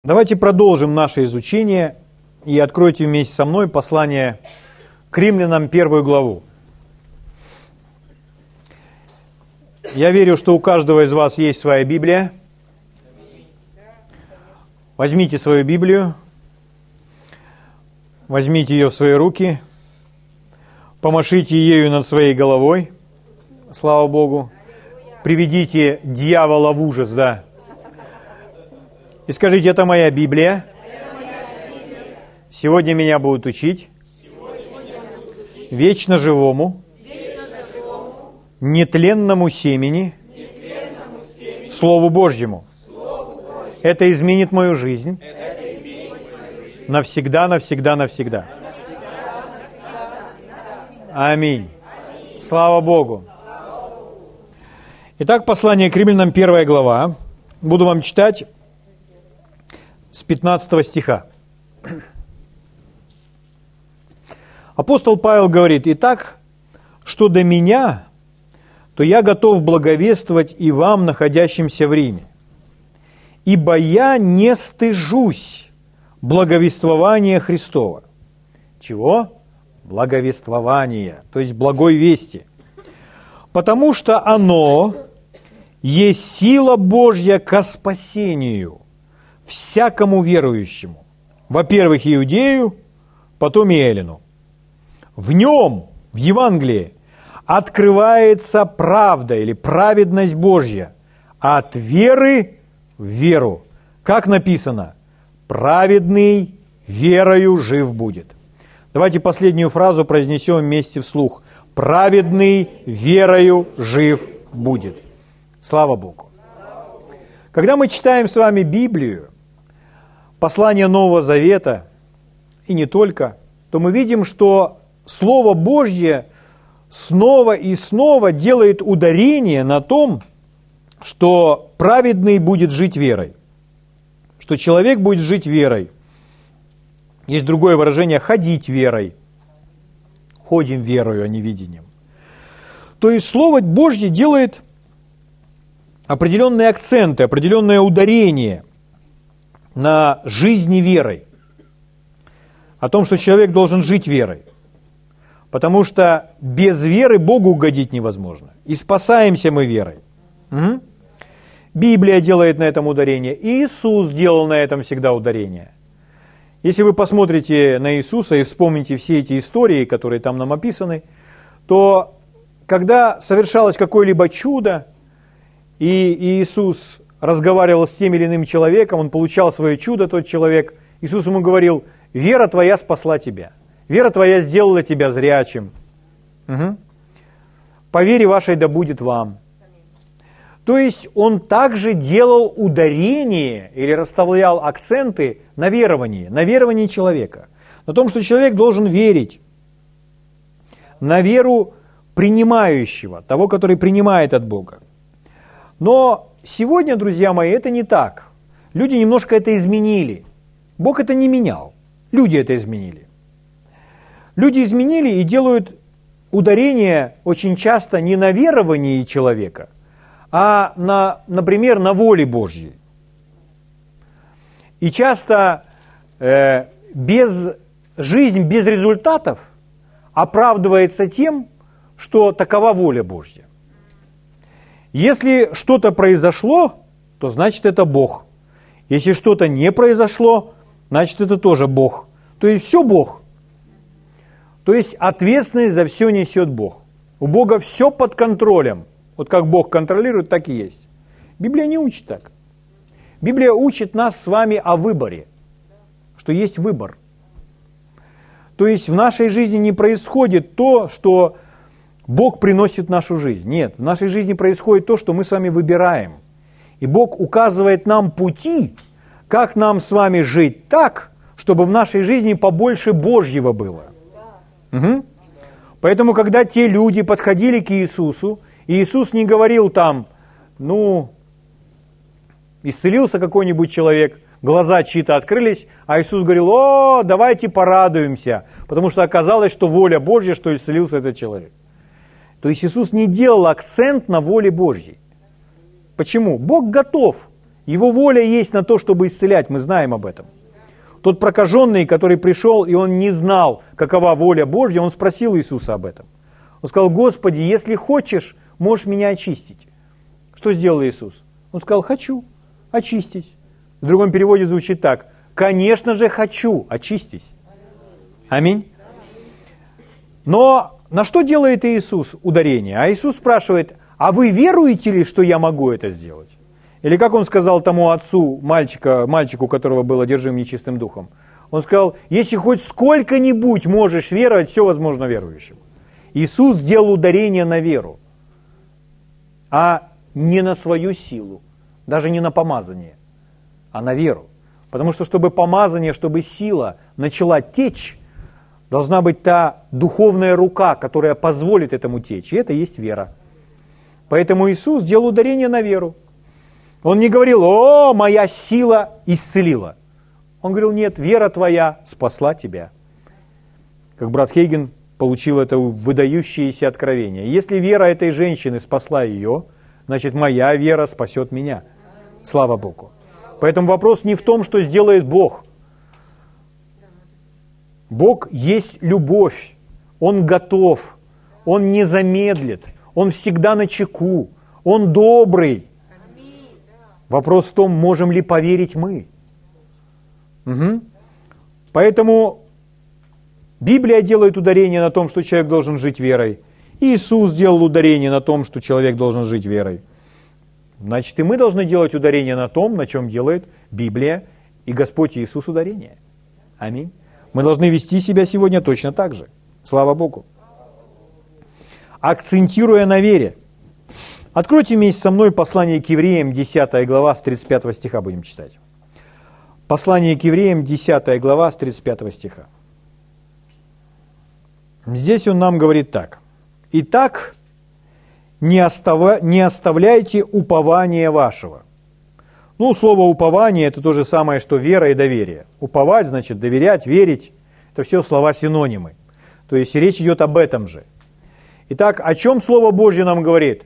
Давайте продолжим наше изучение и откройте вместе со мной послание к Римлянам, 1 главу. Я верю, что у каждого из вас есть своя Библия. Возьмите свою Библию, возьмите ее в свои руки, помашите ею над своей головой, слава Богу, приведите дьявола в ужас, да. И скажите, это моя Библия. Сегодня меня будут учить вечно живому, нетленному семени, Слову Божьему. Это изменит мою жизнь навсегда, навсегда, навсегда. Аминь. Слава Богу. Итак, послание к Римлянам, 1 глава. Буду вам читать с 15 стиха. Апостол Павел говорит: «Итак, что до меня, то я готов благовествовать и вам, находящимся в Риме. Ибо я не стыжусь благовествования Христова». Чего? Благовествования, то есть благой вести. «Потому что оно есть сила Божья ко спасению всякому верующему, во-первых, иудею, потом и эллину. В нем, в Евангелии, открывается правда или праведность Божья от веры в веру. Как написано: праведный верою жив будет». Давайте последнюю фразу произнесем вместе вслух. Праведный верою жив будет. Слава Богу. Когда мы читаем с вами Библию, послание Нового Завета, и не только, то мы видим, что Слово Божье снова и снова делает ударение на том, что праведный будет жить верой, что человек будет жить верой. Есть другое выражение – ходить верой. Ходим верою, а не видением. То есть Слово Божье делает определенные акценты, определенное ударение на жизни верой. О том, что человек должен жить верой. Потому что без веры Богу угодить невозможно. И спасаемся мы верой. Угу. Библия делает на этом ударение. И Иисус делал на этом всегда ударение. Если вы посмотрите на Иисуса и вспомните все эти истории, которые там нам описаны, то когда совершалось какое-либо чудо, и Иисус разговаривал с тем или иным человеком, он получал свое чудо, тот человек, Иисус ему говорил: «Вера твоя спасла тебя, вера твоя сделала тебя зрячим. Угу. По вере вашей да будет вам». То есть он также делал ударение или расставлял акценты на веровании человека, на том, что человек должен верить, на веру принимающего, того, который принимает от Бога. Но сегодня, друзья мои, это не так. Люди немножко это изменили. Бог это не менял. Люди это изменили. Люди изменили и делают ударение очень часто не на веровании человека, а например, на воле Божьей. И часто жизнь без результатов оправдывается тем, что такова воля Божья. Если что-то произошло, то значит это Бог. Если что-то не произошло, значит это тоже Бог. То есть все Бог. То есть ответственность за все несет Бог. У Бога все под контролем. Вот как Бог контролирует, так и есть. Библия не учит так. Библия учит нас с вами о выборе, что есть выбор. То есть в нашей жизни не происходит то, что Бог приносит в нашу жизнь. Нет, в нашей жизни происходит то, что мы с вами выбираем. И Бог указывает нам пути, как нам с вами жить так, чтобы в нашей жизни побольше Божьего было. Угу. Поэтому, когда те люди подходили к Иисусу, и Иисус не говорил там: исцелился какой-нибудь человек, глаза чьи-то открылись, а Иисус говорил: «О, давайте порадуемся», потому что оказалось, что воля Божья, что исцелился этот человек. То есть Иисус не делал акцент на воле Божьей. Почему? Бог готов Его воля есть на то, чтобы исцелять, мы знаем об этом. Тот прокаженный, который пришел, и он не знал, какова воля Божья, он спросил Иисуса об этом. Он сказал: Господи, если хочешь, можешь меня очистить. Что сделал Иисус? Он сказал: хочу, очистись. В другом переводе звучит так: конечно же хочу, очистись. Аминь. Но на что делает Иисус ударение? А Иисус спрашивает: а вы веруете ли, что я могу это сделать? Или как он сказал тому отцу мальчику, которого был одержим нечистым духом? Он сказал: если хоть сколько-нибудь можешь веровать, все возможно верующим. Иисус делал ударение на веру, а не на свою силу, даже не на помазание, а на веру. Потому что, чтобы помазание, чтобы сила начала течь, должна быть та духовная рука, которая позволит этому течь. И это есть вера. Поэтому Иисус делал ударение на веру. Он не говорил: о, моя сила исцелила. Он говорил: нет, вера твоя спасла тебя. Как брат Хейген получил это выдающееся откровение. Если вера этой женщины спасла ее, значит, моя вера спасет меня. Слава Богу. Поэтому вопрос не в том, что сделает Бог. Бог есть любовь. Он готов. Он не замедлит. Он всегда начеку. Он добрый. Вопрос в том, можем ли поверить мы. Угу. Поэтому Библия делает ударение на том, что человек должен жить верой. Иисус делал ударение на том, что человек должен жить верой. Значит, и мы должны делать ударение на том, на чем делает Библия и Господь Иисус ударение. Аминь. Мы должны вести себя сегодня точно так же. Слава Богу. Акцентируя на вере. Откройте вместе со мной послание к евреям, 10 глава, с 35 стиха будем читать. Послание к евреям, 10 глава, с 35 стиха. Здесь он нам говорит так. «Итак, не оставляйте упования вашего». Ну, слово «упование» – это то же самое, что вера и доверие. Уповать значит доверять, верить. Это все слова-синонимы. То есть речь идет об этом же. Итак, о чем Слово Божье нам говорит?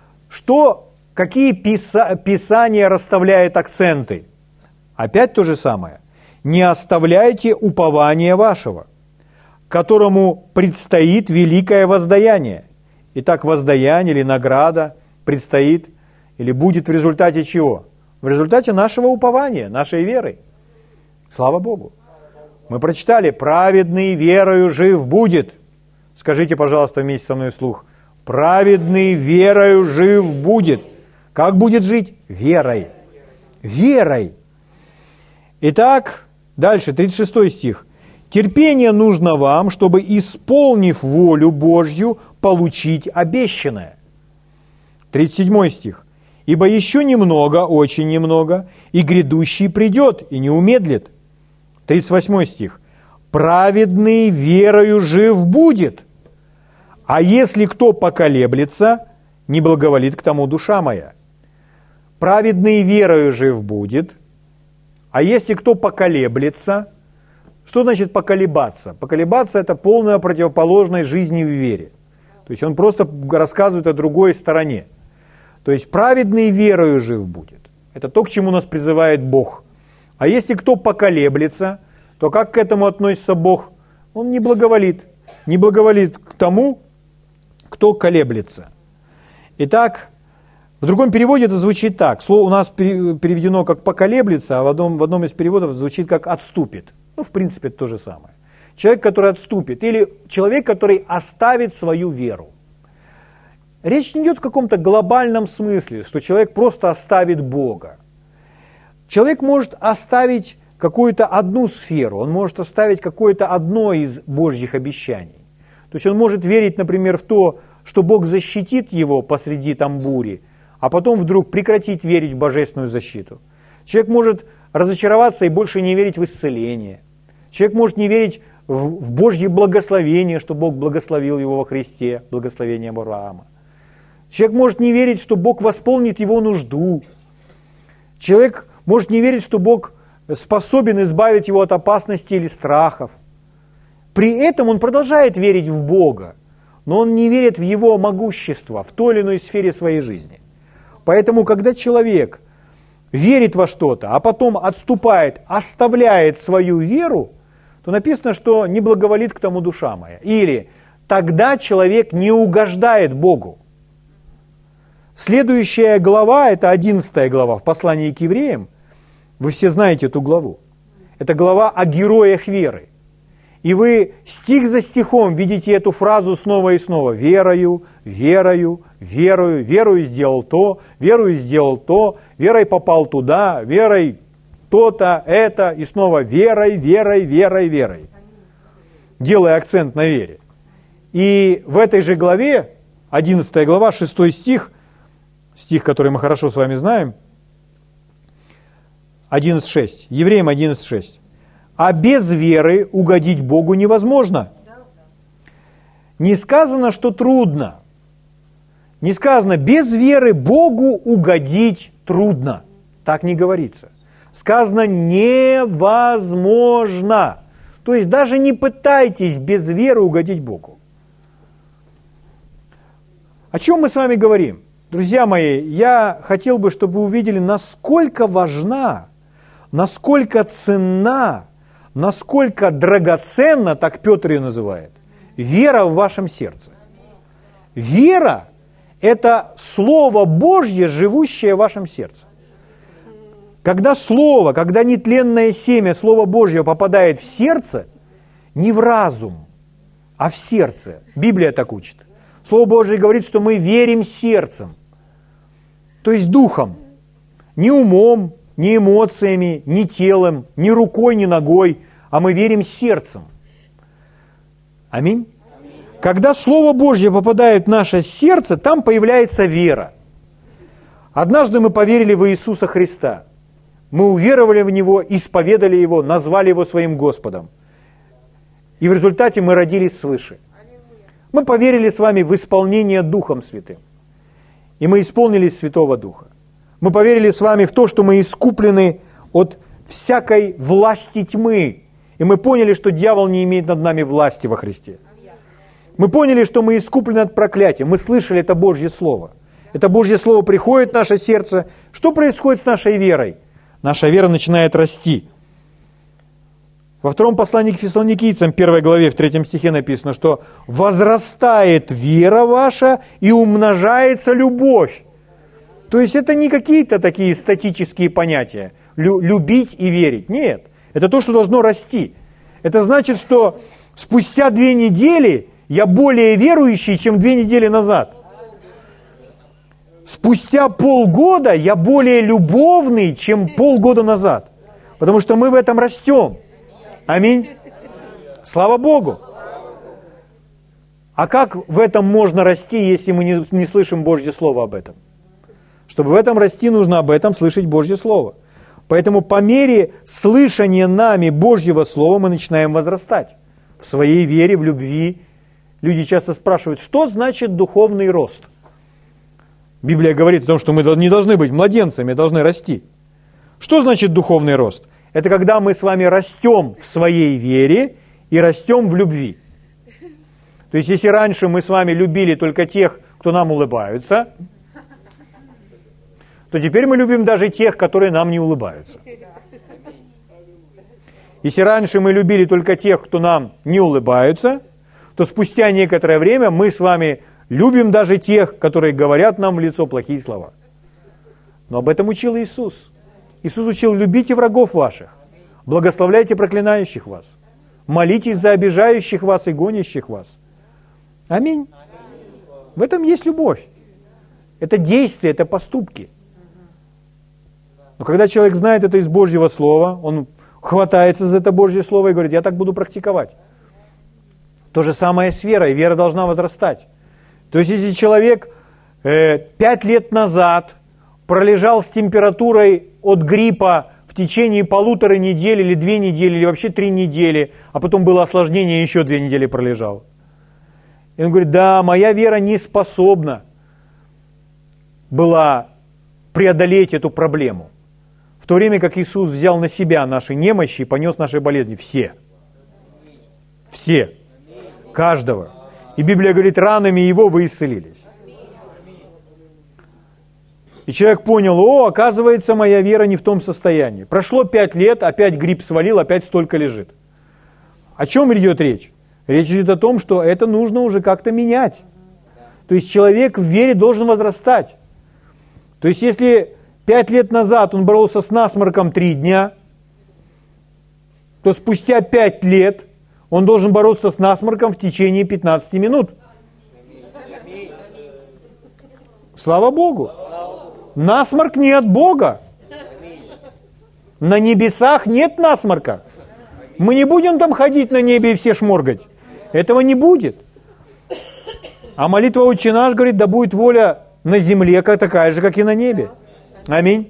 Какие писания расставляет акценты? Опять то же самое. «Не оставляйте упования вашего, которому предстоит великое воздаяние». Итак, воздаяние или награда предстоит или будет в результате чего? В результате нашего упования, нашей веры. Слава Богу. Мы прочитали: «Праведный верою жив будет». Скажите, пожалуйста, вместе со мной вслух: «Праведный верою жив будет». Как будет жить? Верой. Верой. Итак, дальше, 36 стих. «Терпение нужно вам, чтобы, исполнив волю Божью, получить обещанное». 37 стих. «Ибо еще немного, очень немного, и грядущий придет, и не умедлит». 38 стих. «Праведный верою жив будет, а если кто поколеблется, не благоволит к тому душа моя». Праведный верою жив будет, а если кто поколеблется, что значит поколебаться? Поколебаться – это полная противоположность жизни в вере. То есть он просто рассказывает о другой стороне. То есть праведный верою жив будет. Это то, к чему нас призывает Бог. А если кто поколеблется, то как к этому относится Бог? Он не благоволит. Не благоволит к тому, кто колеблется. Итак, в другом переводе это звучит так. Слово у нас переведено как «поколеблется», а в одном из переводов звучит как «отступит». Ну, в принципе, это то же самое. Человек, который отступит, или человек, который оставит свою веру. Речь не идет в каком-то глобальном смысле, что человек просто оставит Бога. Человек может оставить какую-то одну сферу, он может оставить какое-то одно из Божьих обещаний. То есть он может верить, например, в то, что Бог защитит его посреди там бури, а потом вдруг прекратить верить в божественную защиту. Человек может разочароваться и больше не верить в исцеление. Человек может не верить в Божье благословение, что Бог благословил его во Христе, благословение Авраама. Человек может не верить, что Бог восполнит его нужду. Человек может не верить, что Бог способен избавить его от опасности или страхов. При этом он продолжает верить в Бога, но он не верит в Его могущество в той или иной сфере своей жизни. Поэтому, когда человек верит во что-то, а потом отступает, оставляет свою веру, то написано, что не благоволит к тому душа моя. Или тогда человек не угождает Богу. Следующая глава, это 11 глава в послании к евреям. Вы все знаете эту главу. Это глава о героях веры. И вы стих за стихом видите эту фразу снова и снова. Верою, верою, верою, верою сделал то, верою сделал то, верой попал туда, верой то-то, это, и снова верой, верой, верой, верой. Делая акцент на вере. И в этой же главе, 11 глава, 6 стих, стих, который мы хорошо с вами знаем, 11.6, Евреям 11.6. А без веры угодить Богу невозможно. Не сказано, что трудно. Не сказано, без веры Богу угодить трудно. Так не говорится. Сказано, невозможно. То есть даже не пытайтесь без веры угодить Богу. О чем мы с вами говорим? Друзья мои, я хотел бы, чтобы вы увидели, насколько важна, насколько ценна, насколько драгоценна, так Петр ее называет, вера в вашем сердце. Вера – это Слово Божье, живущее в вашем сердце. Когда Слово, когда нетленное семя Слова Божьего попадает в сердце, не в разум, а в сердце. Библия так учит. Слово Божье говорит, что мы верим сердцем, то есть духом, не умом, не эмоциями, не телом, не рукой, не ногой, а мы верим сердцем. Аминь. Когда Слово Божье попадает в наше сердце, там появляется вера. Однажды мы поверили в Иисуса Христа. Мы уверовали в Него, исповедали Его, назвали Его своим Господом. И в результате мы родились свыше. Мы поверили с вами в исполнение Духом Святым. И мы исполнились Святого Духа. Мы поверили с вами в то, что мы искуплены от всякой власти тьмы. И мы поняли, что дьявол не имеет над нами власти во Христе. Мы поняли, что мы искуплены от проклятия. Мы слышали это Божье Слово. Это Божье Слово приходит в наше сердце. Что происходит с нашей верой? Наша вера начинает расти. Во втором послании к Фессалоникийцам, 1 главе, в 3 стихе написано, что «возрастает вера ваша и умножается любовь». То есть это не какие-то такие статические понятия. Любить и верить. Нет. Это то, что должно расти. Это значит, что спустя 2 недели я более верующий, чем 2 недели назад. Спустя полгода я более любовный, чем полгода назад. Потому что мы в этом растем. Аминь. Слава Богу. А как в этом можно расти, если мы не слышим Божье Слово об этом? Чтобы в этом расти, нужно об этом слышать Божье Слово. Поэтому по мере слышания нами Божьего Слова мы начинаем возрастать в своей вере, в любви. Люди часто спрашивают, что значит духовный рост? Библия говорит о том, что мы не должны быть младенцами, должны расти. Что значит духовный рост? Это когда мы с вами растем в своей вере и растем в любви. То есть, если раньше мы с вами любили только тех, кто нам улыбаются, то теперь мы любим даже тех, которые нам не улыбаются. Если раньше мы любили только тех, кто нам не улыбаются, то спустя некоторое время мы с вами любим даже тех, которые говорят нам в лицо плохие слова. Но об этом учил Иисус. Иисус учил: любите врагов ваших, благословляйте проклинающих вас, молитесь за обижающих вас и гонящих вас. Аминь. В этом есть любовь. Это действия, это поступки. Но когда человек знает это из Божьего Слова, он хватается за это Божье Слово и говорит: я так буду практиковать. То же самое с верой. Вера должна возрастать. То есть, если человек 5 лет назад пролежал с температурой от гриппа в течение 1,5 недели или 2 недели, или вообще 3 недели, а потом было осложнение, еще 2 недели пролежал. И он говорит: да, моя вера не способна была преодолеть эту проблему. В то время как Иисус взял на себя наши немощи и понес наши болезни. Все. Все. Каждого. И Библия говорит: ранами Его вы исцелились. И человек понял, оказывается, моя вера не в том состоянии. Прошло 5 лет, опять гриб свалил, опять столько лежит. О чем идет речь? Речь идет о том, что это нужно уже как-то менять. То есть человек в вере должен возрастать. То есть если 5 лет назад он боролся с насморком 3 дня, то спустя 5 лет он должен бороться с насморком в течение 15 минут. Слава Богу! Насморк не от Бога. На небесах нет насморка. Мы не будем там ходить на небе и все шморгать. Этого не будет. А молитва «Отче наш» говорит, да будет воля на земле такая же, как и на небе. Аминь.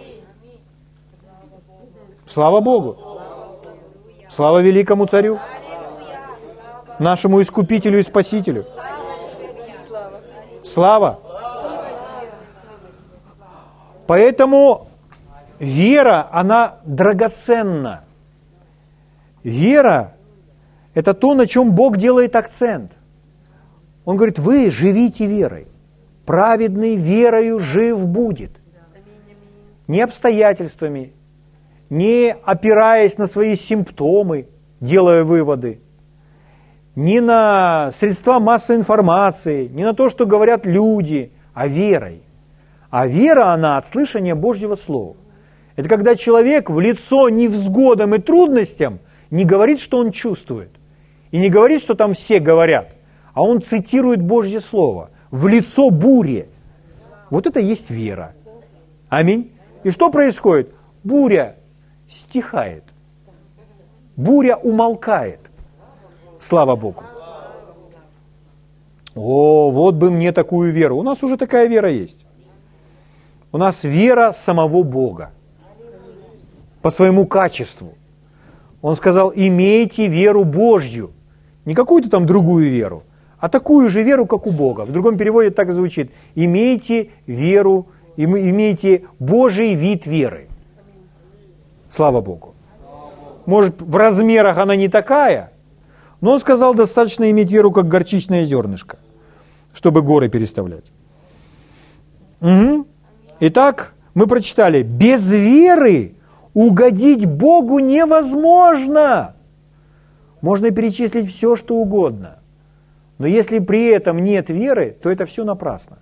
Слава Богу. Слава великому Царю. Нашему Искупителю и Спасителю. Слава. Поэтому вера, она драгоценна. Вера – это то, на чем Бог делает акцент. Он говорит, вы живите верой. Праведный верою жив будет. Не обстоятельствами, не опираясь на свои симптомы, делая выводы, не на средства массовой информации, не на то, что говорят люди, а верой. А вера, она от слышания Божьего Слова. Это когда человек в лицо невзгодам и трудностям не говорит, что он чувствует. И не говорит, что там все говорят. А он цитирует Божье Слово в лицо буре. Вот это и есть вера. Аминь. И что происходит? Буря стихает. Буря умолкает. Слава Богу. Вот бы мне такую веру. У нас уже такая вера есть. У нас вера самого Бога. По своему качеству. Он сказал, имейте веру Божью. Не какую-то там другую веру, а такую же веру, как у Бога. В другом переводе так звучит. Имейте веру, имейте Божий вид веры. Слава Богу. Может, в размерах она не такая, но он сказал, достаточно иметь веру, как горчичное зернышко, чтобы горы переставлять. Угу. Итак, мы прочитали, без веры угодить Богу невозможно. Можно перечислить все, что угодно. Но если при этом нет веры, то это все напрасно.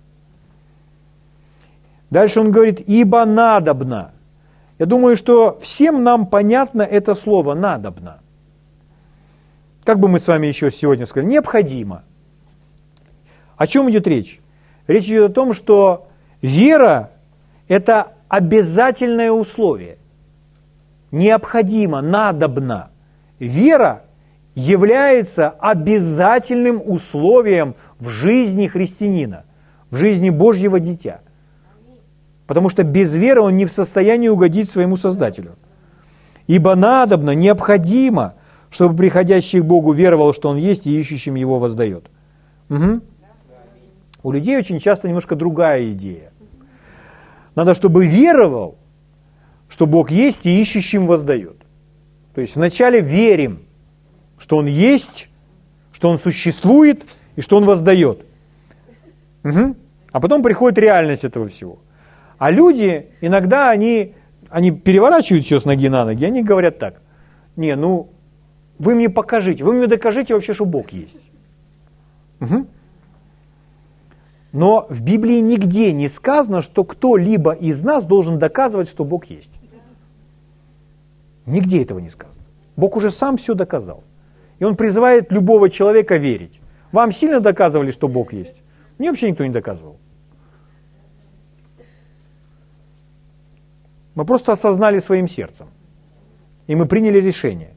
Дальше он говорит, ибо надобно. Я думаю, что всем нам понятно это слово «надобно». Как бы мы с вами еще сегодня сказали, необходимо. О чем идет речь? Речь идет о том, что вера – это обязательное условие. Необходимо, надобно. Вера является обязательным условием в жизни христианина, в жизни Божьего дитя. Потому что без веры он не в состоянии угодить своему Создателю. Ибо надобно, необходимо, чтобы приходящий к Богу веровал, что Он есть, и ищущим Его воздает. Угу. У людей очень часто немножко другая идея. Надо, чтобы веровал, что Бог есть и ищущим воздает. То есть вначале верим, что Он есть, что Он существует и что Он воздает. Угу. А потом приходит реальность этого всего. А люди иногда, они переворачивают все с ноги на ноги, они говорят так, вы мне покажите, вы мне докажите вообще, что Бог есть. Угу. Но в Библии нигде не сказано, что кто-либо из нас должен доказывать, что Бог есть. Нигде этого не сказано. Бог уже сам все доказал. И Он призывает любого человека верить. Вам сильно доказывали, что Бог есть? Мне вообще никто не доказывал. Мы просто осознали своим сердцем. И мы приняли решение.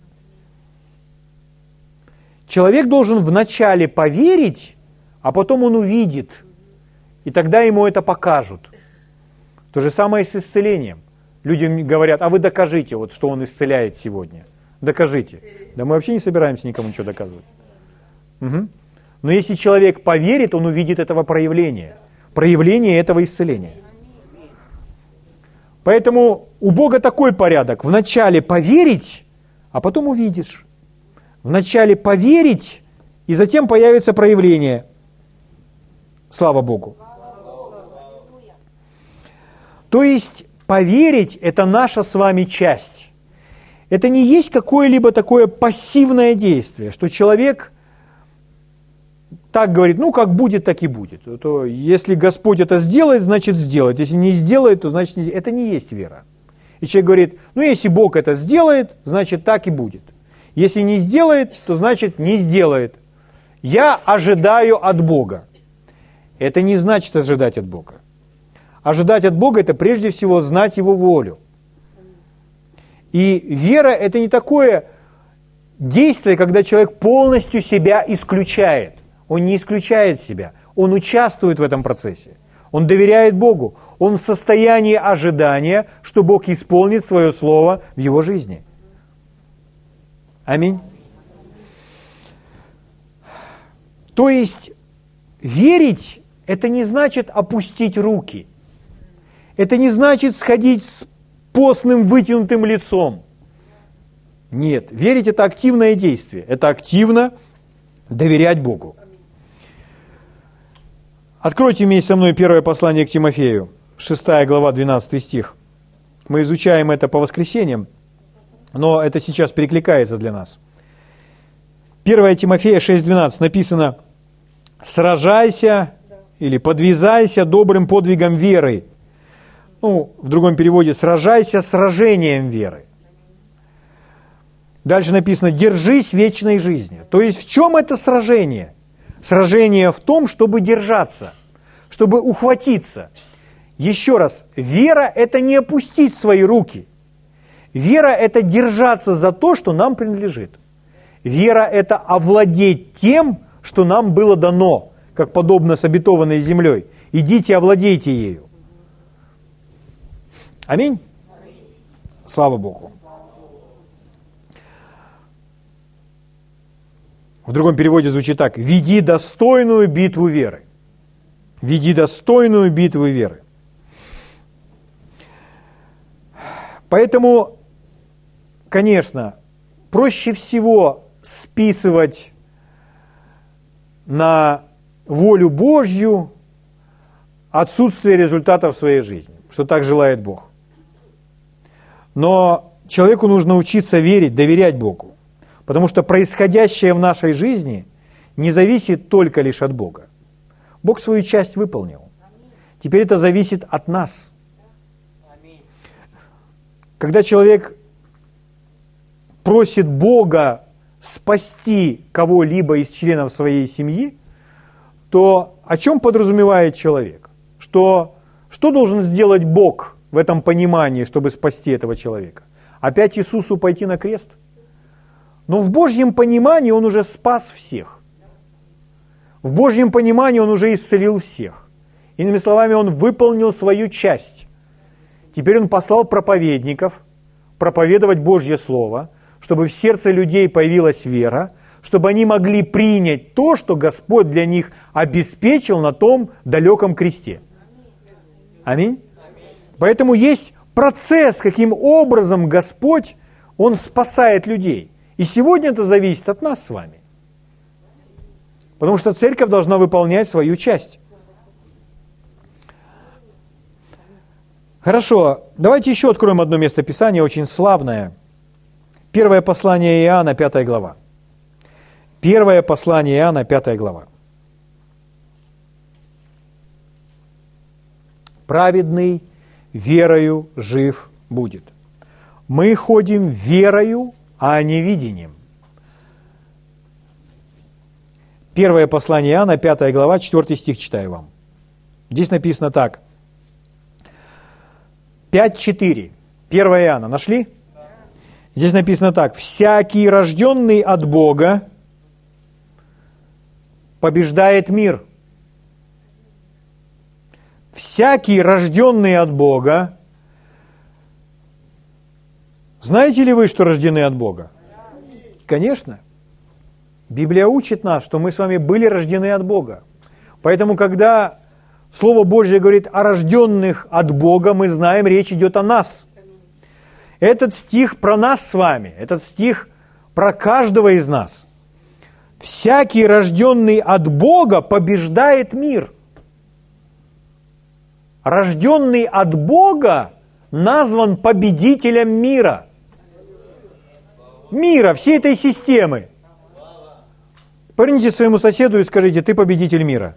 Человек должен вначале поверить, а потом он увидит. И тогда ему это покажут. То же самое и с исцелением. Люди говорят, а вы докажите, что он исцеляет сегодня. Докажите. Да мы вообще не собираемся никому ничего доказывать. Угу. Но если человек поверит, он увидит этого проявления. Проявление этого исцеления. Поэтому у Бога такой порядок. Вначале поверить, а потом увидишь. Вначале поверить, и затем появится проявление. Слава Богу. То есть поверить – это наша с вами часть. Это не есть какое-либо такое пассивное действие, что человек так говорит, ну, как будет, так и будет. То, если Господь это сделает, значит сделает. Если не сделает, то значит не сделает. Это не есть вера. И человек говорит, ну, если Бог это сделает, значит так и будет. Если не сделает, то значит не сделает. Я ожидаю от Бога. Это не значит ожидать от Бога. Ожидать от Бога – это прежде всего знать Его волю. И вера – это не такое действие, когда человек полностью себя исключает. Он не исключает себя, он участвует в этом процессе. Он доверяет Богу, он в состоянии ожидания, что Бог исполнит свое слово в его жизни. Аминь. То есть верить – это не значит опустить руки. Это не значит сходить с постным вытянутым лицом. Нет, верить – это активное действие. Это активно доверять Богу. Откройте вместе со мной первое послание к Тимофею, 6 глава, 12 стих. Мы изучаем это по воскресеньям, но это сейчас перекликается для нас. 1 Тимофея 6:12 написано: «Сражайся или подвязайся добрым подвигом веры». Ну, в другом переводе «сражайся сражением веры». Дальше написано «держись вечной жизни». То есть в чем это сражение? Сражение в том, чтобы держаться, чтобы ухватиться. Еще раз, вера – это не опустить свои руки. Вера – это держаться за то, что нам принадлежит. Вера – это овладеть тем, что нам было дано, как подобно с обетованной землей. Идите, овладейте ею. Аминь? Слава Богу. В другом переводе звучит так: «Веди достойную битву веры». Веди достойную битву веры. Поэтому, конечно, проще всего списывать на волю Божью отсутствие результатов в своей жизни, что так желает Бог. Но человеку нужно учиться верить, доверять Богу. Потому что происходящее в нашей жизни не зависит только лишь от Бога. Бог свою часть выполнил. Теперь это зависит от нас. Когда человек просит Бога спасти кого-либо из членов своей семьи, то о чем подразумевает человек? Что должен сделать Бог в этом понимании, чтобы спасти этого человека? Опять Иисусу пойти на крест? Но в Божьем понимании Он уже спас всех. В Божьем понимании Он уже исцелил всех. Иными словами, Он выполнил свою часть. Теперь Он послал проповедников проповедовать Божье Слово, чтобы в сердце людей появилась вера, чтобы они могли принять то, что Господь для них обеспечил на том далеком кресте. Аминь. Поэтому есть процесс, каким образом Господь, Он спасает людей. И сегодня это зависит от нас с вами. Потому что церковь должна выполнять свою часть. Хорошо, давайте еще откроем одно место Писания, очень славное. Первое послание Иоанна, 5 глава. Первое послание Иоанна, 5 глава. «Праведный верою жив будет». Мы ходим верою, а не видением. Первое послание Иоанна, 5 глава, 4 стих читаю вам. Здесь написано так. 5:4. 1 Иоанна. Нашли? Здесь написано так. «Всякий, рожденный от Бога, побеждает мир». Всякий, рожденный от Бога. Знаете ли вы, что рождены от Бога? Конечно. Библия учит нас, что мы с вами были рождены от Бога. Поэтому, когда Слово Божье говорит о рожденных от Бога, мы знаем, речь идет о нас. Этот стих про нас с вами, этот стих про каждого из нас. «Всякий, рожденный от Бога, побеждает мир». рожденный от Бога, назван победителем мира. Мира, всей этой системы. Поверните своему соседу и скажите: ты победитель мира.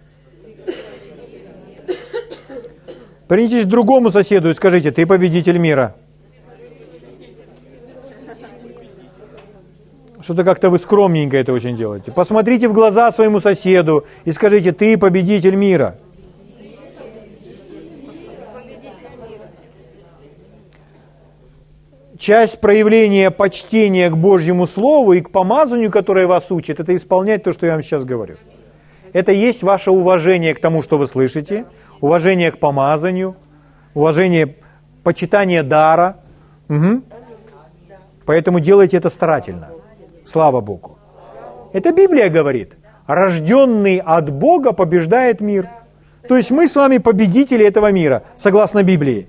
Повернитесь к другому соседу и скажите: ты победитель мира. Что-то как-то вы скромненько это очень делаете. Посмотрите в глаза своему соседу и скажите: ты победитель мира. Часть проявления почтения к Божьему Слову и к помазанию, которое вас учит, это исполнять то, что я вам сейчас говорю. Это есть ваше уважение к тому, что вы слышите, уважение к помазанию, уважение, почитание дара. Угу. Поэтому делайте это старательно. Слава Богу. Это Библия говорит. Рожденный от Бога побеждает мир. То есть мы с вами победители этого мира, согласно Библии.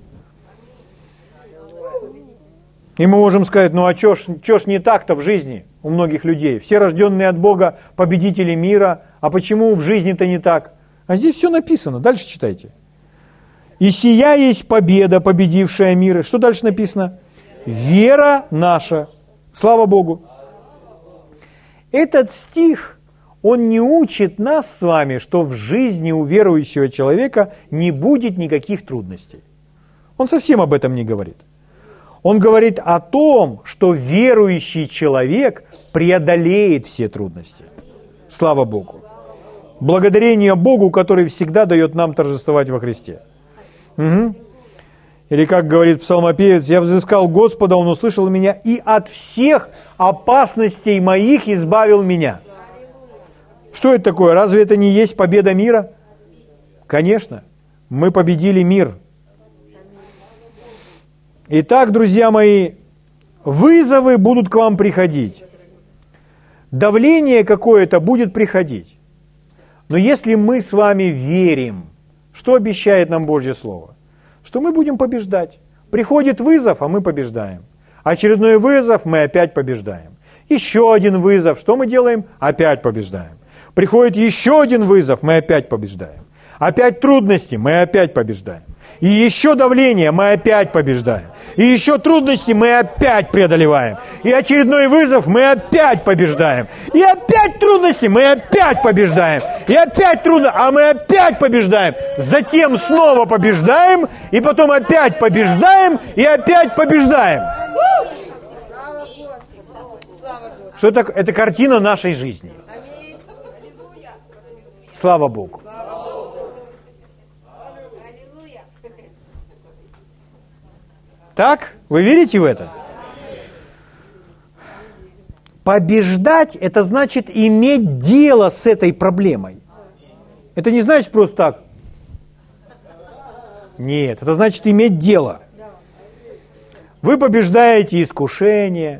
И мы можем сказать: ну а чё ж не так-то в жизни у многих людей? Все рожденные от Бога победители мира, а почему в жизни-то не так? А здесь все написано, дальше читайте. «И сия есть победа, победившая мир». Что дальше написано? «Вера наша». Слава Богу. Этот стих, он не учит нас с вами, что в жизни у верующего человека не будет никаких трудностей. Он совсем об этом не говорит. Он говорит о том, что верующий человек преодолеет все трудности. Слава Богу. Благодарение Богу, который всегда дает нам торжествовать во Христе. Угу. Или как говорит псалмопевец: «Я взыскал Господа, Он услышал меня и от всех опасностей моих избавил меня». Что это такое? Разве это не есть победа мира? Конечно, мы победили мир. Итак, друзья мои, вызовы будут к вам приходить. Давление какое-то будет приходить. Но если мы с вами верим, что обещает нам Божье Слово? Что мы будем побеждать. Приходит вызов, а мы побеждаем. Очередной вызов, мы опять побеждаем. Еще один вызов, что мы делаем? Опять побеждаем. Приходит еще один вызов, мы опять побеждаем. Опять трудности, мы опять побеждаем. И еще давление, мы опять побеждаем. И еще трудности, мы опять преодолеваем. И очередной вызов, мы опять побеждаем. И опять трудности, мы опять побеждаем. И опять трудно, а мы опять побеждаем. Затем снова побеждаем, и потом опять побеждаем, и опять побеждаем. Что это? Это картина нашей жизни. Слава Богу. Так? Вы верите в это? Побеждать – это значит иметь дело с этой проблемой. Это не значит просто так. Нет, это значит иметь дело. Вы побеждаете искушение,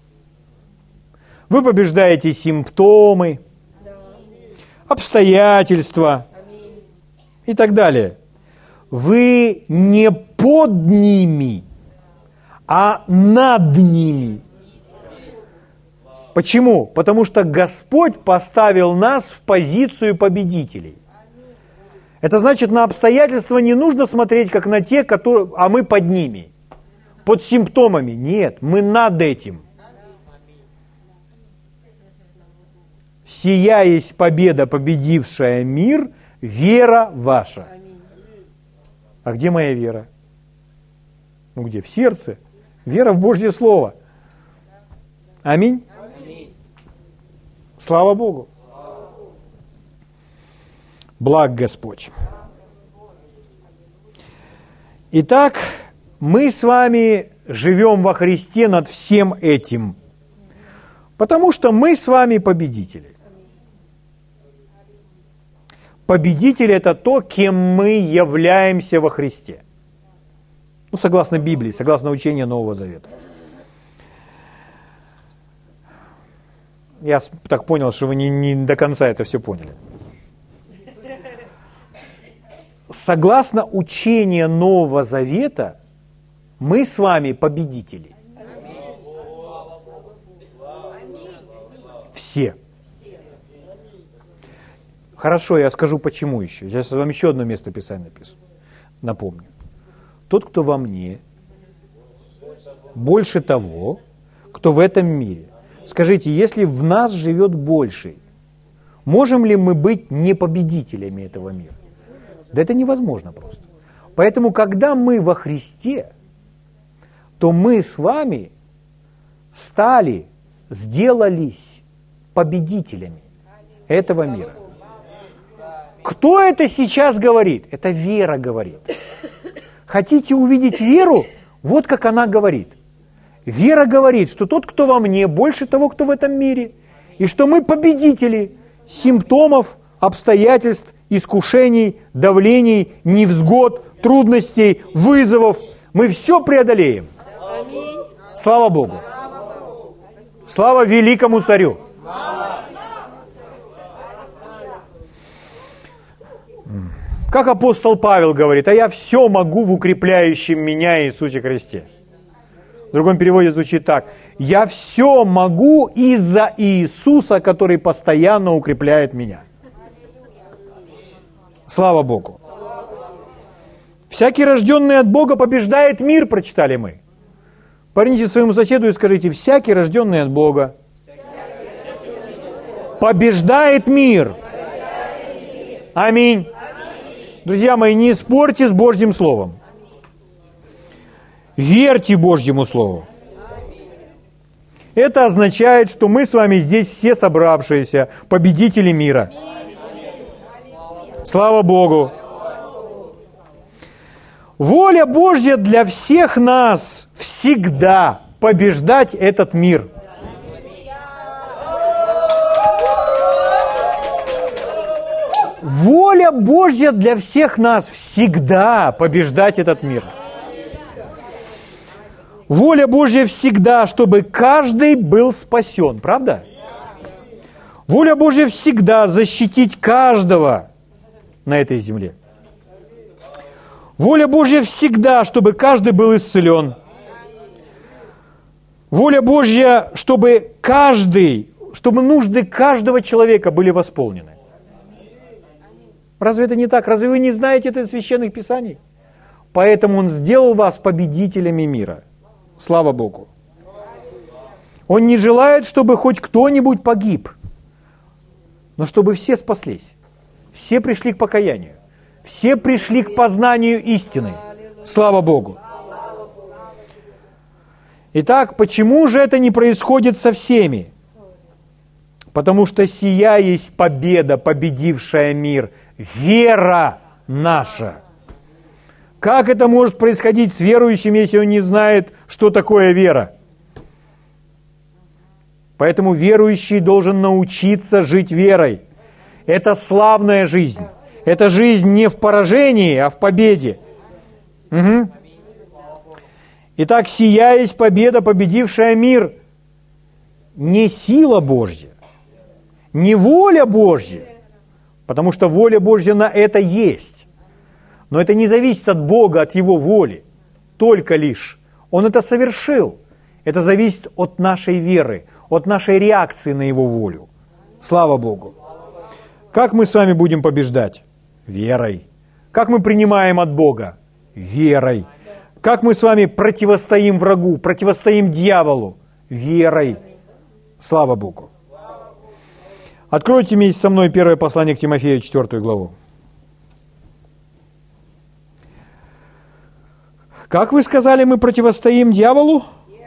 вы побеждаете симптомы, обстоятельства и так далее. Вы не под ними, а над ними. Почему? Потому что Господь поставил нас в позицию победителей. Это значит, на обстоятельства не нужно смотреть, как на те, которые, а мы под ними, под симптомами. Нет, мы над этим. Сия есть победа, победившая мир, вера ваша. А где моя вера? Ну где? В сердце. Вера в Божье Слово. Аминь. Слава Богу. Благ Господь. Итак, мы с вами живем во Христе над всем этим, потому что мы с вами победители. Победитель – это то, кем мы являемся во Христе. Ну, согласно Библии, согласно учению Нового Завета. Я так понял, что вы не до конца это все поняли. Согласно учению Нового Завета, мы с вами победители. Все. Хорошо, я скажу почему еще. Сейчас вам еще одно место Писания напишу. напомню, тот, кто во мне, больше того, кто в этом мире. Скажите, если в нас живет больший, можем ли мы быть не победителями этого мира? Да это невозможно просто. Поэтому, когда мы во Христе, то мы с вами сделались победителями этого мира. Кто это сейчас говорит? Это вера говорит. Хотите увидеть веру? Вот как она говорит. Вера говорит, что тот, кто во мне, больше того, кто в этом мире, и что мы победители симптомов, обстоятельств, искушений, давлений, невзгод, трудностей, вызовов. Мы все преодолеем. Слава Богу. Слава великому царю. Как апостол Павел говорит, а я все могу в укрепляющем меня Иисусе Христе. В другом переводе звучит так. Я все могу из-за Иисуса, который постоянно укрепляет меня. Слава Богу. Всякий, рожденный от Бога, побеждает мир, прочитали мы. Поверните своему соседу и скажите, всякий, рожденный от Бога, побеждает мир. Аминь. Друзья мои, не спорьте с Божьим Словом. Верьте Божьему Слову. Это означает, что мы с вами здесь все собравшиеся победители мира. Слава Богу. Воля Божья для всех нас всегда побеждать этот мир. Воля Божья для всех нас всегда побеждать этот мир. Воля Божья всегда, чтобы каждый был спасен. Правда? Воля Божья всегда защитить каждого на этой земле. Воля Божья всегда, чтобы каждый был исцелен. Воля Божья, чтобы нужды каждого человека были восполнены. Разве это не так? Разве вы не знаете это из Священных Писаний? Поэтому Он сделал вас победителями мира. Слава Богу. Он не желает, чтобы хоть кто-нибудь погиб, но чтобы все спаслись. Все пришли к покаянию. Все пришли к познанию истины. Слава Богу. Итак, почему же это не происходит со всеми? Потому что сия есть победа, победившая мир. Вера наша. Как это может происходить с верующим, если он не знает, что такое вера? Поэтому верующий должен научиться жить верой. Это славная жизнь. Это жизнь не в поражении, а в победе. Угу. Итак, сия есть победа, победившая мир. Не сила Божья, не воля Божья, потому что воля Божья на это есть. Но это не зависит от Бога, от Его воли, только лишь. Он это совершил. Это зависит от нашей веры, от нашей реакции на Его волю. Слава Богу. Как мы с вами будем побеждать? Верой. Как мы принимаем от Бога? Верой. Как мы с вами противостоим врагу, противостоим дьяволу? Верой. Слава Богу. Откройте вместе со мной первое послание к Тимофею, 4 главу. Как вы сказали, мы противостоим дьяволу?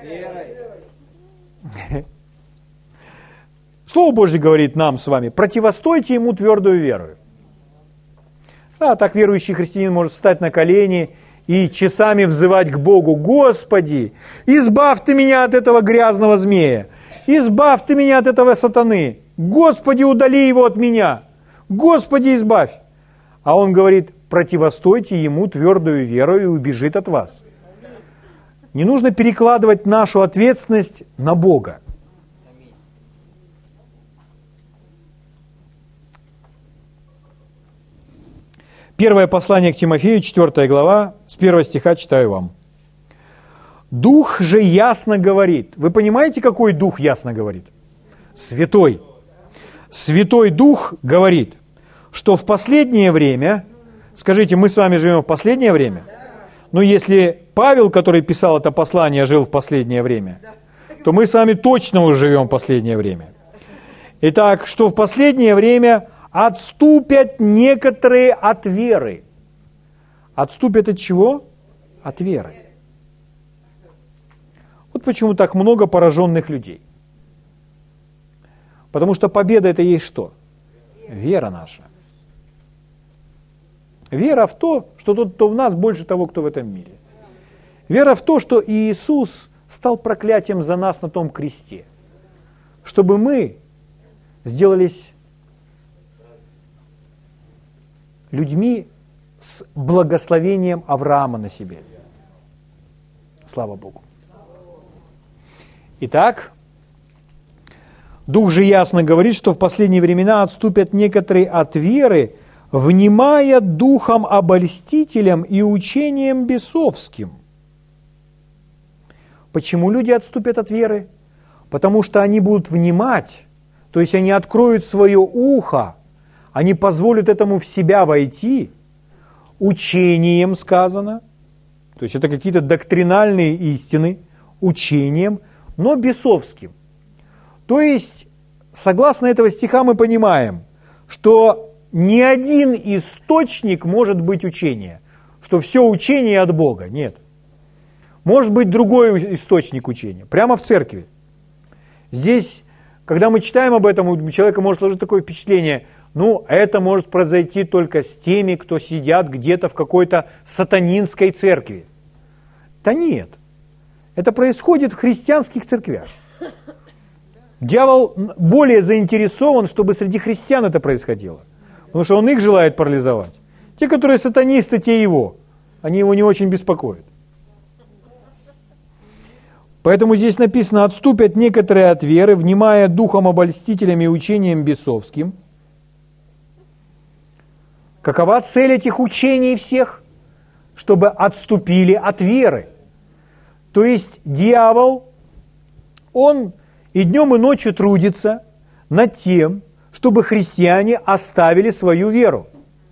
Верой. Слово Божье говорит нам с вами, противостойте ему твердую верою. Да, так верующий христианин может встать на колени и часами взывать к Богу: Господи, избавь Ты меня от этого грязного змея, избавь Ты меня от этого сатаны, Господи, удали его от меня, Господи, избавь. А он говорит: противостойте ему твердую верою и убежит от вас. Не нужно перекладывать нашу ответственность на Бога. Первое послание к Тимофею, 4 глава, с 1 стиха читаю вам. Дух же ясно говорит. Вы понимаете, какой Дух ясно говорит? Святой. Святой Дух говорит, что в последнее время Скажите, мы с вами живем в последнее время? Но если Павел, который писал это послание, жил в последнее время, то мы с вами точно уже живем в последнее время. Итак, что в последнее время отступят некоторые от веры. Отступят от чего? От веры. Вот почему так много пораженных людей. Потому что победа – это есть что? Вера наша. Вера в то, что тот, кто в нас, больше того, кто в этом мире. Вера в то, что Иисус стал проклятием за нас на том кресте, чтобы мы сделались людьми с благословением Авраама на себе. Слава Богу. Итак, Дух же ясно говорит, что в последние времена отступят некоторые от веры, внимая духом обольстителям и учением бесовским. Почему люди отступят от веры? Потому что они будут внимать, то есть они откроют свое ухо, они позволят этому в себя войти, учением сказано, то есть это какие-то доктринальные истины, учением, но бесовским. То есть, согласно этого стиха мы понимаем, что ни один источник может быть учение, что все учение от Бога. Нет. Может быть другой источник учения, прямо в церкви. Здесь, когда мы читаем об этом, у человека может сложиться такое впечатление, это может произойти только с теми, кто сидят где-то в какой-то сатанинской церкви. Да нет. Это происходит в христианских церквях. Дьявол более заинтересован, чтобы среди христиан это происходило. Потому что он их желает парализовать. Те, которые сатанисты, те его. Они его не очень беспокоят. Поэтому здесь написано, отступят некоторые от веры, внимая духом обольстителям и учением бесовским. Какова цель этих учений всех? Чтобы отступили от веры. То есть дьявол, он и днем, и ночью трудится над тем, чтобы христиане оставили свою веру.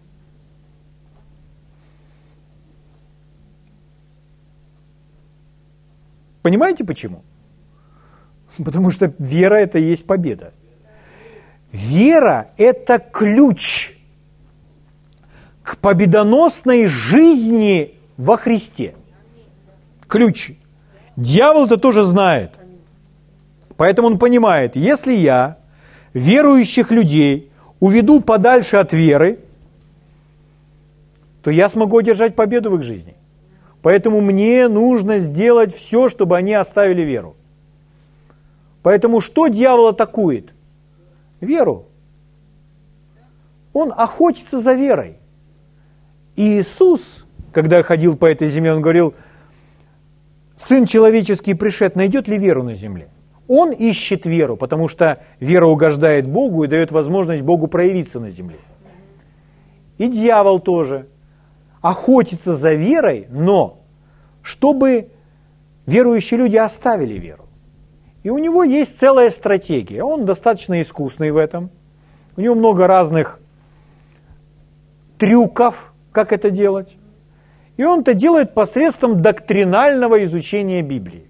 Понимаете почему? Потому что вера – это и есть победа. Вера – это ключ к победоносной жизни во Христе. Ключ. Дьявол это тоже знает. Поэтому он понимает, если я верующих людей уведу подальше от веры, то я смогу одержать победу в их жизни. Поэтому мне нужно сделать все, чтобы они оставили веру. Поэтому что дьявол атакует? Веру. Он охотится за верой. И Иисус, когда ходил по этой земле, он говорил, Сын человеческий пришед, найдет ли веру на земле? Он ищет веру, потому что вера угождает Богу и дает возможность Богу проявиться на земле. И дьявол тоже охотится за верой, но чтобы верующие люди оставили веру. И у него есть целая стратегия. Он достаточно искусный в этом. У него много разных трюков, как это делать. И он это делает посредством доктринального изучения Библии.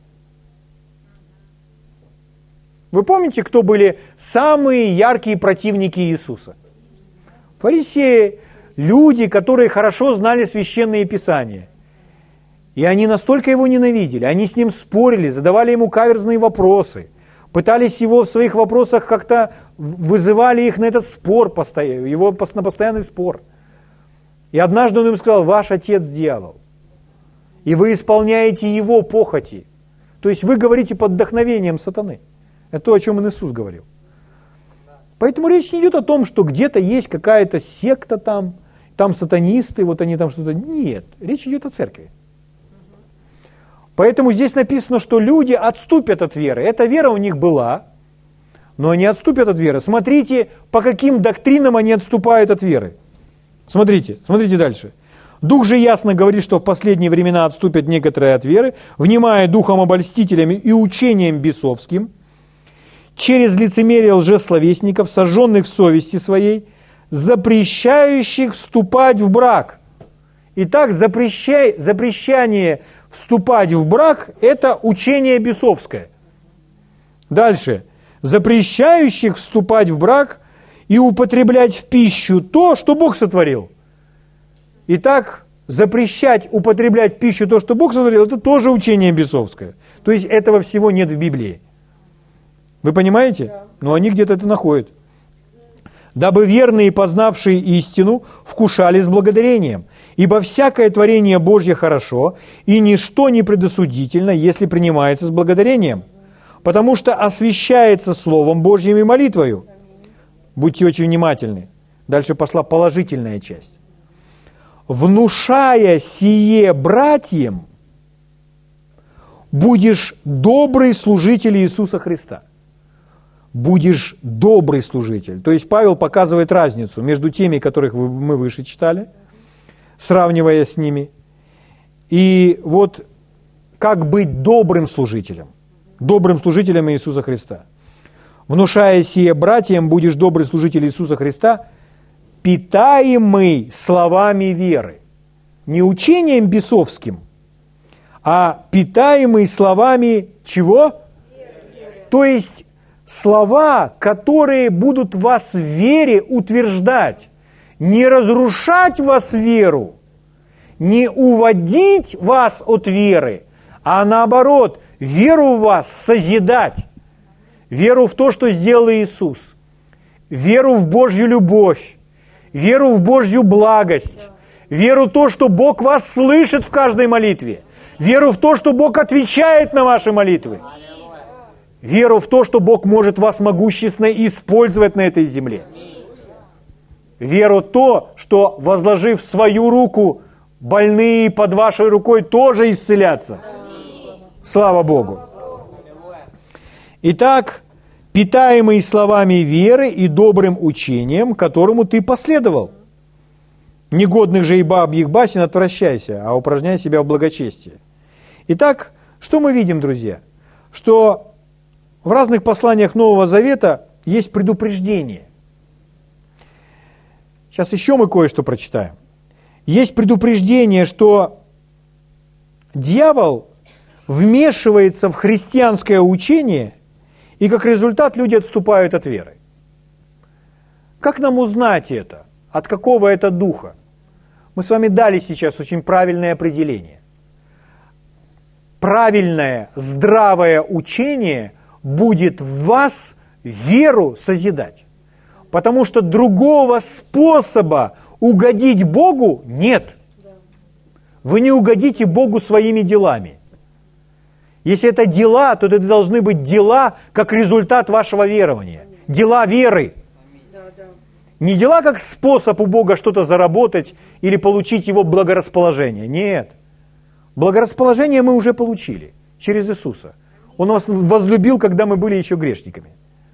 Вы помните, кто были самые яркие противники Иисуса? Фарисеи, люди, которые хорошо знали священные писания. И они настолько его ненавидели, они с ним спорили, задавали ему каверзные вопросы, пытались его в своих вопросах как-то, вызывали их на этот спор, его на постоянный спор. И однажды он им сказал, ваш отец дьявол, и вы исполняете его похоти. То есть вы говорите под вдохновением сатаны. Это то, о чем Иисус говорил. Поэтому речь не идет о том, что где-то есть какая-то секта там сатанисты, вот они там что-то... Нет, речь идет о церкви. Поэтому здесь написано, что люди отступят от веры. Эта вера у них была, но они отступят от веры. Смотрите, по каким доктринам они отступают от веры. Смотрите дальше. Дух же ясно говорит, что в последние времена отступят некоторые от веры, внимая духом обольстителями и учением бесовским, через лицемерие лжесловесников, сожженных в совести своей, запрещающих вступать в брак. Итак, запрещание вступать в брак – это учение бесовское. Дальше. Запрещающих вступать в брак и употреблять в пищу то, что Бог сотворил. Итак, запрещать употреблять в пищу то, что Бог сотворил, это тоже учение бесовское. То есть этого всего нет в Библии. Вы понимаете? Да. Но они где-то это находят. Дабы верные, познавшие истину, вкушали с благодарением. Ибо всякое творение Божье хорошо, и ничто не предосудительно, если принимается с благодарением. Потому что освящается Словом Божьим и молитвою. Будьте очень внимательны. Дальше пошла положительная часть. Внушая сие братьям, будешь добрый служитель Иисуса Христа. Будешь добрый служитель. То есть Павел показывает разницу между теми, которых мы выше читали, сравнивая с ними. И вот как быть добрым служителем Иисуса Христа. Внушая сие братьям, будешь добрый служитель Иисуса Христа, питаемый словами веры. Не учением бесовским, а питаемый словами чего? Веры. То есть слова, которые будут вас в вере утверждать, не разрушать вас веру, не уводить вас от веры, а наоборот, веру в вас созидать, веру в то, что сделал Иисус, веру в Божью любовь, веру в Божью благость, веру в то, что Бог вас слышит в каждой молитве, веру в то, что Бог отвечает на ваши молитвы, веру в то, что Бог может вас могущественно использовать на этой земле, веру в то, что, возложив свою руку, больные под вашей рукой тоже исцелятся. Слава Богу! Итак, питаемый словами веры и добрым учением, которому ты последовал. Негодных же и бабьих басен отвращайся, а упражняй себя в благочестии. Итак, что мы видим, друзья? Что в разных посланиях Нового Завета есть предупреждение. Сейчас еще мы кое-что прочитаем. Есть предупреждение, что дьявол вмешивается в христианское учение, и как результат люди отступают от веры. Как нам узнать это? От какого это духа? Мы с вами дали сейчас очень правильное определение. Правильное, здравое учение будет в вас веру созидать. Потому что другого способа угодить Богу нет. Вы не угодите Богу своими делами. Если это дела, то это должны быть дела как результат вашего верования. Дела веры. Не дела как способ у Бога что-то заработать или получить Его благорасположение. Нет. Благорасположение мы уже получили через Иисуса. Он нас возлюбил, когда мы были еще грешниками.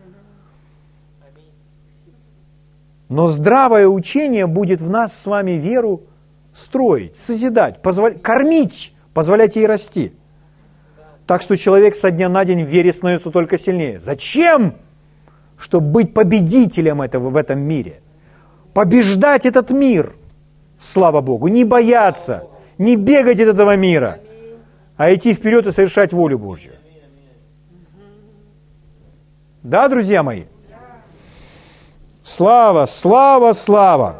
Но здравое учение будет в нас с вами веру строить, созидать, кормить, позволять ей расти. Так что человек со дня на день в вере становится только сильнее. Зачем? Чтобы быть победителем в этом мире. Побеждать этот мир. Слава Богу. Не бояться, не бегать от этого мира, а идти вперед и совершать волю Божью. Да, друзья мои? Слава, слава, слава.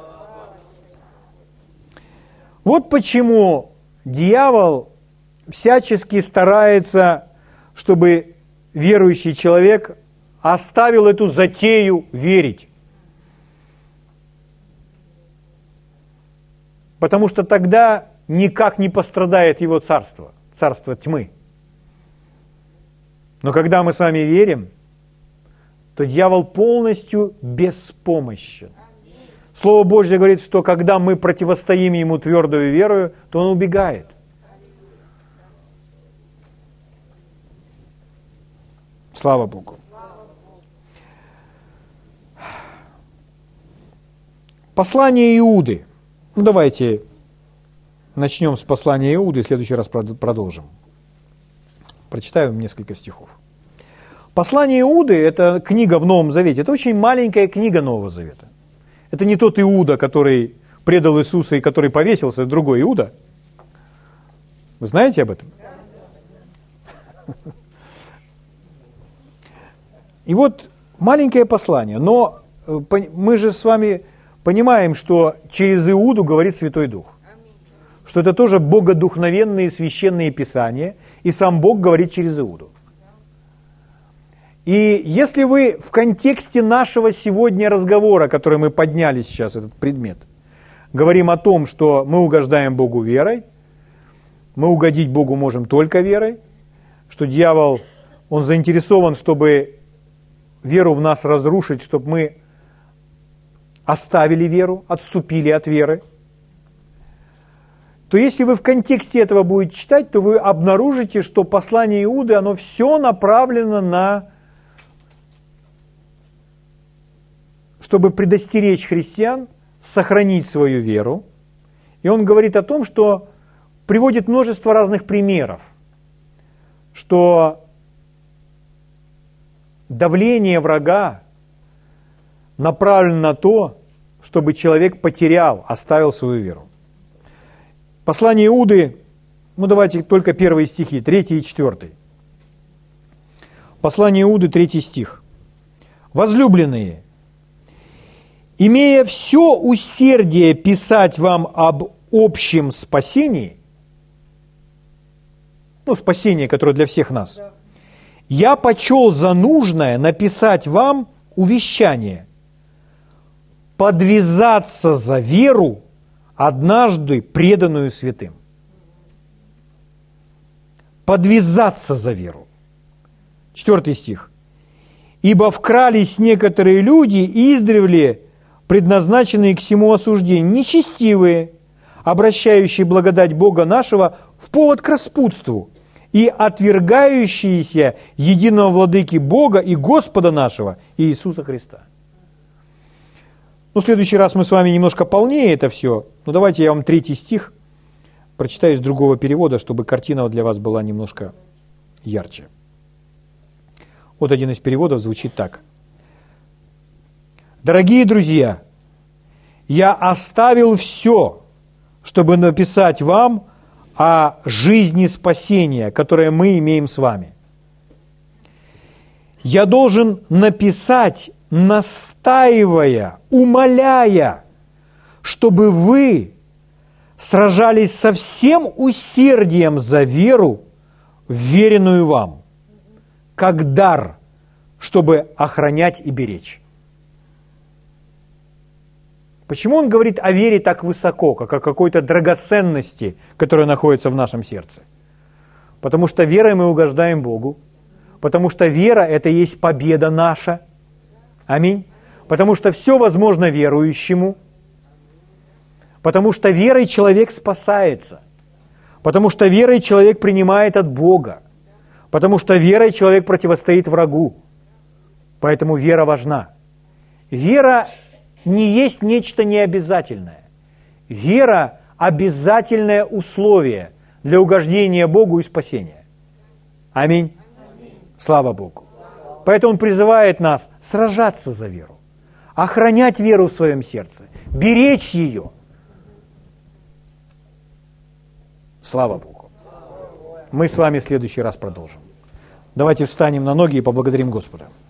Вот почему дьявол всячески старается, чтобы верующий человек оставил эту затею верить. Потому что тогда никак не пострадает его царство, царство тьмы. Но когда мы с вами верим, то дьявол полностью беспомощен. Слово Божье говорит, что когда мы противостоим ему твердою верою, то он убегает. Слава Богу. Послание Иуды. Давайте начнем с послания Иуды, в следующий раз продолжим. Прочитаю несколько стихов. Послание Иуды – это книга в Новом Завете. Это очень маленькая книга Нового Завета. Это не тот Иуда, который предал Иисуса и который повесился, это другой Иуда. Вы знаете об этом? И вот маленькое послание, но мы же с вами понимаем, что через Иуду говорит Святой Дух. Что это тоже богодухновенные священные писания, и сам Бог говорит через Иуду. И если вы в контексте нашего сегодня разговора, который мы подняли сейчас, этот предмет, говорим о том, что мы угождаем Богу верой, мы угодить Богу можем только верой, что дьявол, он заинтересован, чтобы веру в нас разрушить, чтобы мы оставили веру, отступили от веры, то если вы в контексте этого будете читать, то вы обнаружите, что послание Иуды, оно все направлено на, чтобы предостеречь христиан, сохранить свою веру. И он говорит о том, что приводит множество разных примеров, что давление врага направлено на то, чтобы человек потерял, оставил свою веру. Послание Иуды, давайте только первые стихи, 3 и 4. Послание Иуды, 3 стих. «Возлюбленные, имея все усердие писать вам об общем спасении», спасение, которое для всех нас, «я почел за нужное написать вам увещание, подвязаться за веру, однажды преданную святым». Подвязаться за веру. 4 стих. «Ибо вкрались некоторые люди, издревле предназначенные к всему осуждению, нечестивые, обращающие благодать Бога нашего в повод к распутству и отвергающиеся единого владыки Бога и Господа нашего Иисуса Христа». В следующий раз мы с вами немножко полнее это все. Давайте я вам 3 стих прочитаю из другого перевода, чтобы картина для вас была немножко ярче. Вот один из переводов звучит так. «Дорогие друзья, я оставил все, чтобы написать вам о жизни спасения, которое мы имеем с вами. Я должен написать, настаивая, умоляя, чтобы вы сражались со всем усердием за веру, веренную вам, как дар, чтобы охранять и беречь». Почему он говорит о вере так высоко, как о какой-то драгоценности, которая находится в нашем сердце? Потому что верой мы угождаем Богу, потому что вера – это и есть победа наша. Аминь. Потому что все возможно верующему, потому что верой человек спасается, потому что верой человек принимает от Бога, потому что верой человек противостоит врагу. Поэтому вера важна. Вера не есть нечто необязательное. Вера – обязательное условие для угождения Богу и спасения. Аминь. Слава Богу. Поэтому Он призывает нас сражаться за веру, охранять веру в своем сердце, беречь ее. Слава Богу. Мы с вами в следующий раз продолжим. Давайте встанем на ноги и поблагодарим Господа.